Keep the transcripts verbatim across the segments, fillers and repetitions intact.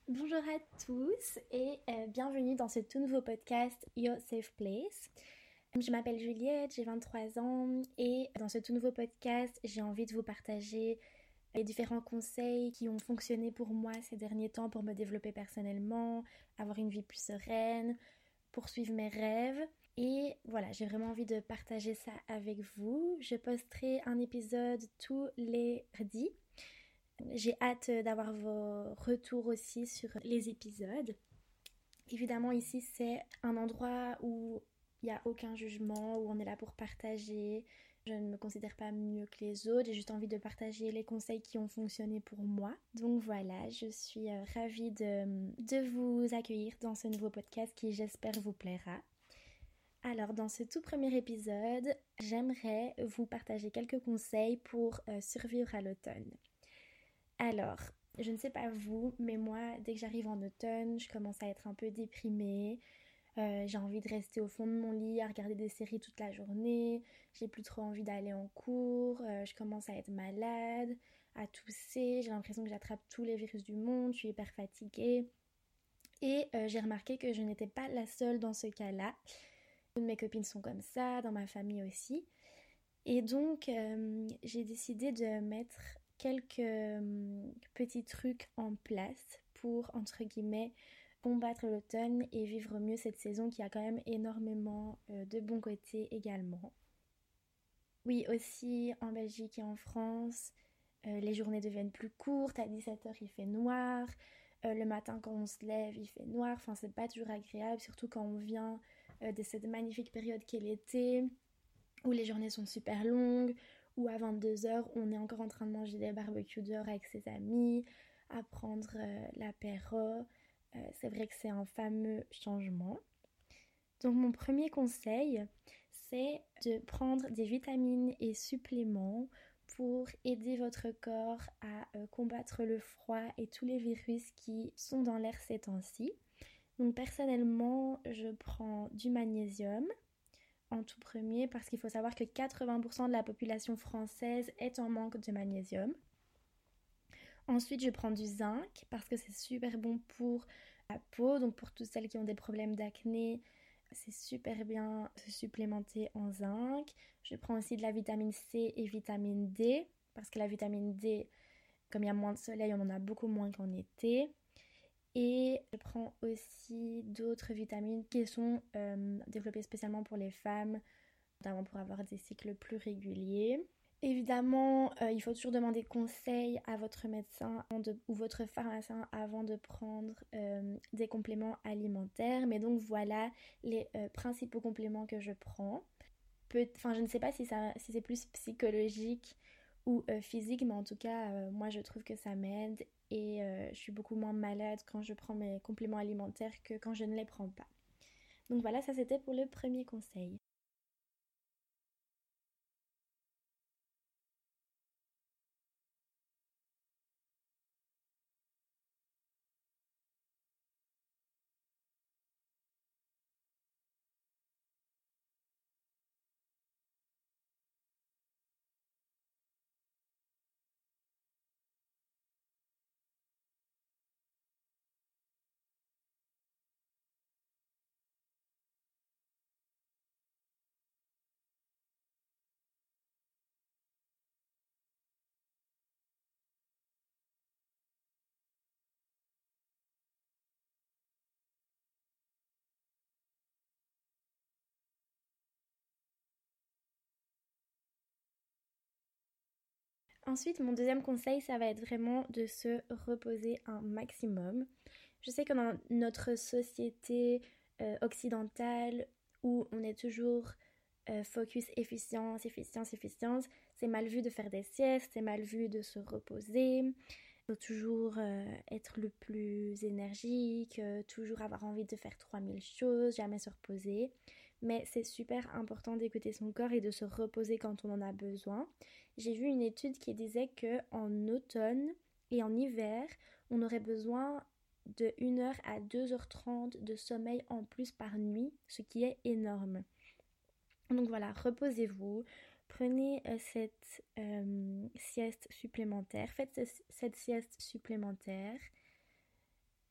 Bonjour à tous et euh, bienvenue dans ce tout nouveau podcast Your Safe Place. Je m'appelle Juliette, j'ai vingt-trois ans et dans ce tout nouveau podcast, j'ai envie de vous partager les différents conseils qui ont fonctionné pour moi ces derniers temps pour me développer personnellement, avoir une vie plus sereine, poursuivre mes rêves. Et voilà, j'ai vraiment envie de partager ça avec vous. Je posterai un épisode tous les mardis. J'ai hâte d'avoir vos retours aussi sur les épisodes. Évidemment, ici, c'est un endroit où il n'y a aucun jugement, où on est là pour partager. Je ne me considère pas mieux que les autres. J'ai juste envie de partager les conseils qui ont fonctionné pour moi. Donc voilà, je suis ravie de, de vous accueillir dans ce nouveau podcast qui, j'espère, vous plaira. Alors, dans ce tout premier épisode, j'aimerais vous partager quelques conseils pour euh, survivre à l'automne. Alors, je ne sais pas vous, mais moi, dès que j'arrive en automne, je commence à être un peu déprimée. Euh, j'ai envie de rester au fond de mon lit à regarder des séries toute la journée. J'ai plus trop envie d'aller en cours. Euh, je commence à être malade, à tousser. J'ai l'impression que j'attrape tous les virus du monde. Je suis hyper fatiguée. Et euh, j'ai remarqué que je n'étais pas la seule dans ce cas-là. Toutes mes copines sont comme ça, dans ma famille aussi. Et donc, euh, j'ai décidé de mettre quelques euh, petits trucs en place pour, entre guillemets, combattre l'automne et vivre mieux cette saison qui a quand même énormément euh, de bons côtés également. Oui, aussi en Belgique et en France, euh, les journées deviennent plus courtes, à dix-sept heures il fait noir, euh, le matin quand on se lève il fait noir, enfin c'est pas toujours agréable, surtout quand on vient euh, de cette magnifique période qu'est l'été, où les journées sont super longues, où à vingt-deux heures on est encore en train de manger des barbecues dehors avec ses amis, à prendre euh, l'apéro. Euh, c'est vrai que c'est un fameux changement. Donc mon premier conseil, c'est de prendre des vitamines et suppléments pour aider votre corps à euh, combattre le froid et tous les virus qui sont dans l'air ces temps-ci. Donc personnellement, je prends du magnésium en tout premier parce qu'il faut savoir que quatre-vingts pour cent de la population française est en manque de magnésium. Ensuite, je prends du zinc parce que c'est super bon pour la peau, donc pour toutes celles qui ont des problèmes d'acné, c'est super bien de se supplémenter en zinc. Je prends aussi de la vitamine C et vitamine D parce que la vitamine D, comme il y a moins de soleil, on en a beaucoup moins qu'en été. Et je prends aussi d'autres vitamines qui sont euh, développées spécialement pour les femmes, notamment pour avoir des cycles plus réguliers. Évidemment, euh, il faut toujours demander conseil à votre médecin de, ou votre pharmacien avant de prendre euh, des compléments alimentaires. Mais donc voilà les euh, principaux compléments que je prends. Peut, enfin, je ne sais pas si, ça, si c'est plus psychologique ou euh, physique, mais en tout cas, euh, moi je trouve que ça m'aide et euh, je suis beaucoup moins malade quand je prends mes compléments alimentaires que quand je ne les prends pas. Donc voilà, ça c'était pour le premier conseil. Ensuite, mon deuxième conseil, ça va être vraiment de se reposer un maximum. Je sais que dans notre société euh, occidentale où on est toujours euh, focus efficience, efficience, efficience, c'est mal vu de faire des siestes, c'est mal vu de se reposer. Il faut toujours euh, être le plus énergique, euh, toujours avoir envie de faire trois mille choses, jamais se reposer. Mais c'est super important d'écouter son corps et de se reposer quand on en a besoin. J'ai vu une étude qui disait qu'en automne et en hiver, on aurait besoin de une heure à deux heures trente de sommeil en plus par nuit, ce qui est énorme. Donc voilà, reposez-vous, prenez euh, cette euh, sieste supplémentaire, faites ce- cette sieste supplémentaire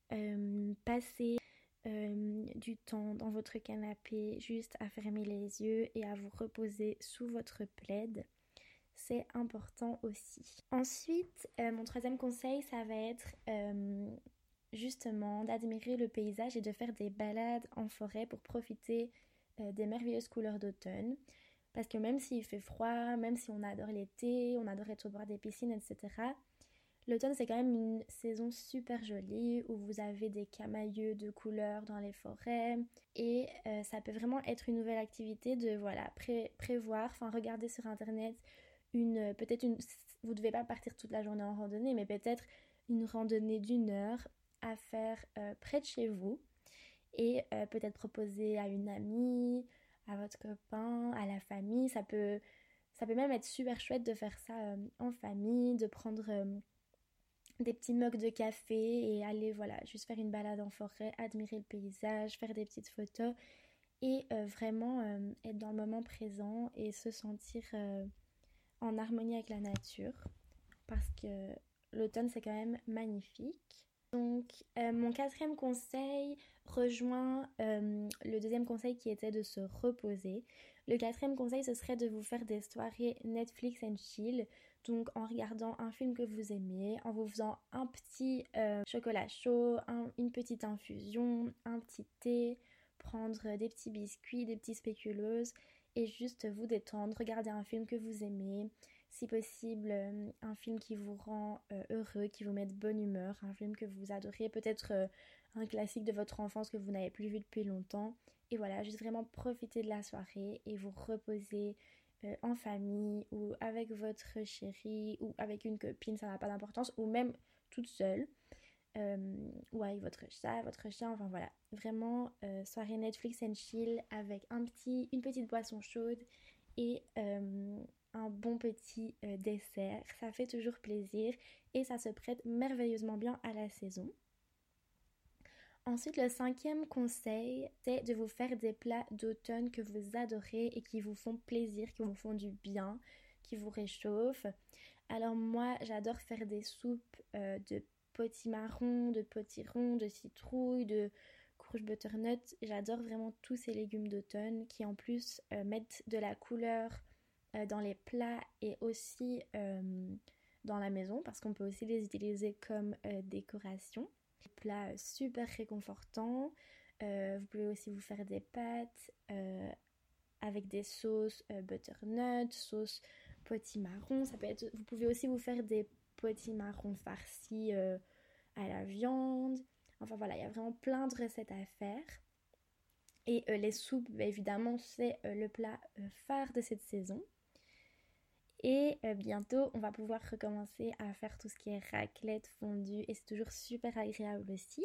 euh, passer euh, du temps dans votre canapé juste à fermer les yeux et à vous reposer sous votre plaid. C'est important aussi. Ensuite, euh, mon troisième conseil, ça va être euh, justement d'admirer le paysage et de faire des balades en forêt pour profiter euh, des merveilleuses couleurs d'automne. Parce que même s'il fait froid, même si on adore l'été, on adore être au bord des piscines, et cetera, l'automne, c'est quand même une saison super jolie où vous avez des camaïeux de couleurs dans les forêts et euh, ça peut vraiment être une nouvelle activité de voilà pré- prévoir, enfin regarder sur internet une peut-être une vous devez pas partir toute la journée en randonnée, mais peut-être une randonnée d'une heure à faire euh, près de chez vous et euh, peut-être proposer à une amie, à votre copain, à la famille. Ça peut ça peut même être super chouette de faire ça euh, en famille, de prendre euh, des petits mugs de café et aller voilà juste faire une balade en forêt, admirer le paysage, faire des petites photos et euh, vraiment euh, être dans le moment présent et se sentir euh, en harmonie avec la nature parce que l'automne c'est quand même magnifique. Donc euh, mon quatrième conseil rejoint euh, le deuxième conseil qui était de se reposer. Le quatrième conseil ce serait de vous faire des soirées Netflix and chill, donc en regardant un film que vous aimez, en vous faisant un petit euh, chocolat chaud, un, une petite infusion, un petit thé, prendre des petits biscuits, des petits spéculoos et juste vous détendre, regarder un film que vous aimez, si possible euh, un film qui vous rend euh, heureux, qui vous met de bonne humeur, un film que vous adorez, peut-être euh, un classique de votre enfance que vous n'avez plus vu depuis longtemps. Et voilà, juste vraiment profiter de la soirée et vous reposer euh, en famille ou avec votre chérie ou avec une copine, ça n'a pas d'importance, ou même toute seule. Euh, ou avec votre chat, votre chien, enfin voilà. Vraiment, euh, soirée Netflix and chill avec un petit, une petite boisson chaude et euh, un bon petit euh, dessert. Ça fait toujours plaisir et ça se prête merveilleusement bien à la saison. Ensuite, le cinquième conseil, c'est de vous faire des plats d'automne que vous adorez et qui vous font plaisir, qui vous font du bien, qui vous réchauffent. Alors moi, j'adore faire des soupes euh, de potimarron, de potiron, de citrouille, de courge butternut. J'adore vraiment tous ces légumes d'automne qui en plus euh, mettent de la couleur euh, dans les plats et aussi euh, dans la maison parce qu'on peut aussi les utiliser comme euh, décoration. Des plats euh, super réconfortants. Euh, vous pouvez aussi vous faire des pâtes euh, avec des sauces euh, butternut, sauce potimarron. Ça peut être, vous pouvez aussi vous faire des potimarrons farcis euh, à la viande. Enfin voilà, il y a vraiment plein de recettes à faire. Et euh, les soupes, bah, évidemment, c'est euh, le plat euh, phare de cette saison. Et euh, bientôt, on va pouvoir recommencer à faire tout ce qui est raclette, fondue. Et c'est toujours super agréable aussi.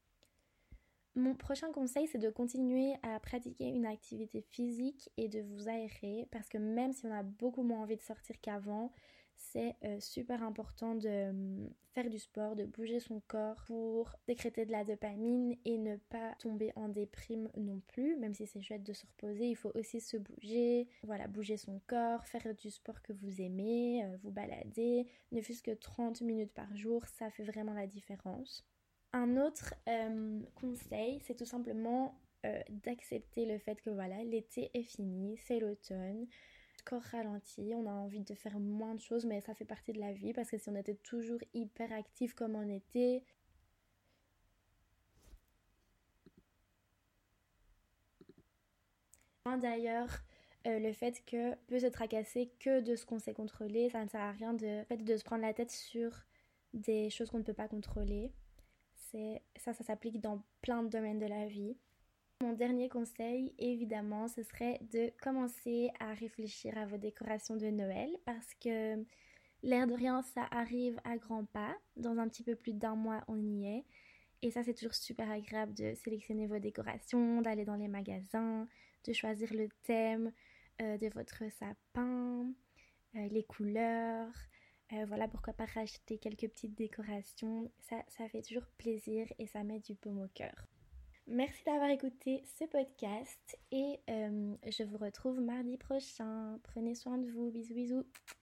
Mon prochain conseil, c'est de continuer à pratiquer une activité physique et de vous aérer parce que même si on a beaucoup moins envie de sortir qu'avant, c'est euh, super important de euh, faire du sport, de bouger son corps pour sécréter de la dopamine et ne pas tomber en déprime non plus. Même si c'est chouette de se reposer, il faut aussi se bouger, voilà, bouger son corps, faire du sport que vous aimez, euh, vous balader, ne fût-ce que trente minutes par jour, ça fait vraiment la différence. Un autre euh, conseil, c'est tout simplement euh, d'accepter le fait que voilà, l'été est fini, c'est l'automne, le corps ralentit, on a envie de faire moins de choses, mais ça fait partie de la vie parce que si on était toujours hyper actif comme on était, d'ailleurs, euh, le fait que peut se tracasser que de ce qu'on sait contrôler, ça ne sert à rien de, en fait, de se prendre la tête sur des choses qu'on ne peut pas contrôler. C'est, ça, ça s'applique dans plein de domaines de la vie. Mon dernier conseil, évidemment, ce serait de commencer à réfléchir à vos décorations de Noël parce que l'air de rien, ça arrive à grands pas. Dans un petit peu plus d'un mois, on y est. Et ça, c'est toujours super agréable de sélectionner vos décorations, d'aller dans les magasins, de choisir le thème euh, de votre sapin, euh, les couleurs. Euh, voilà, pourquoi pas racheter quelques petites décorations. Ça, ça fait toujours plaisir et ça met du baume au cœur. Merci d'avoir écouté ce podcast et euh, je vous retrouve mardi prochain. Prenez soin de vous. Bisous bisous.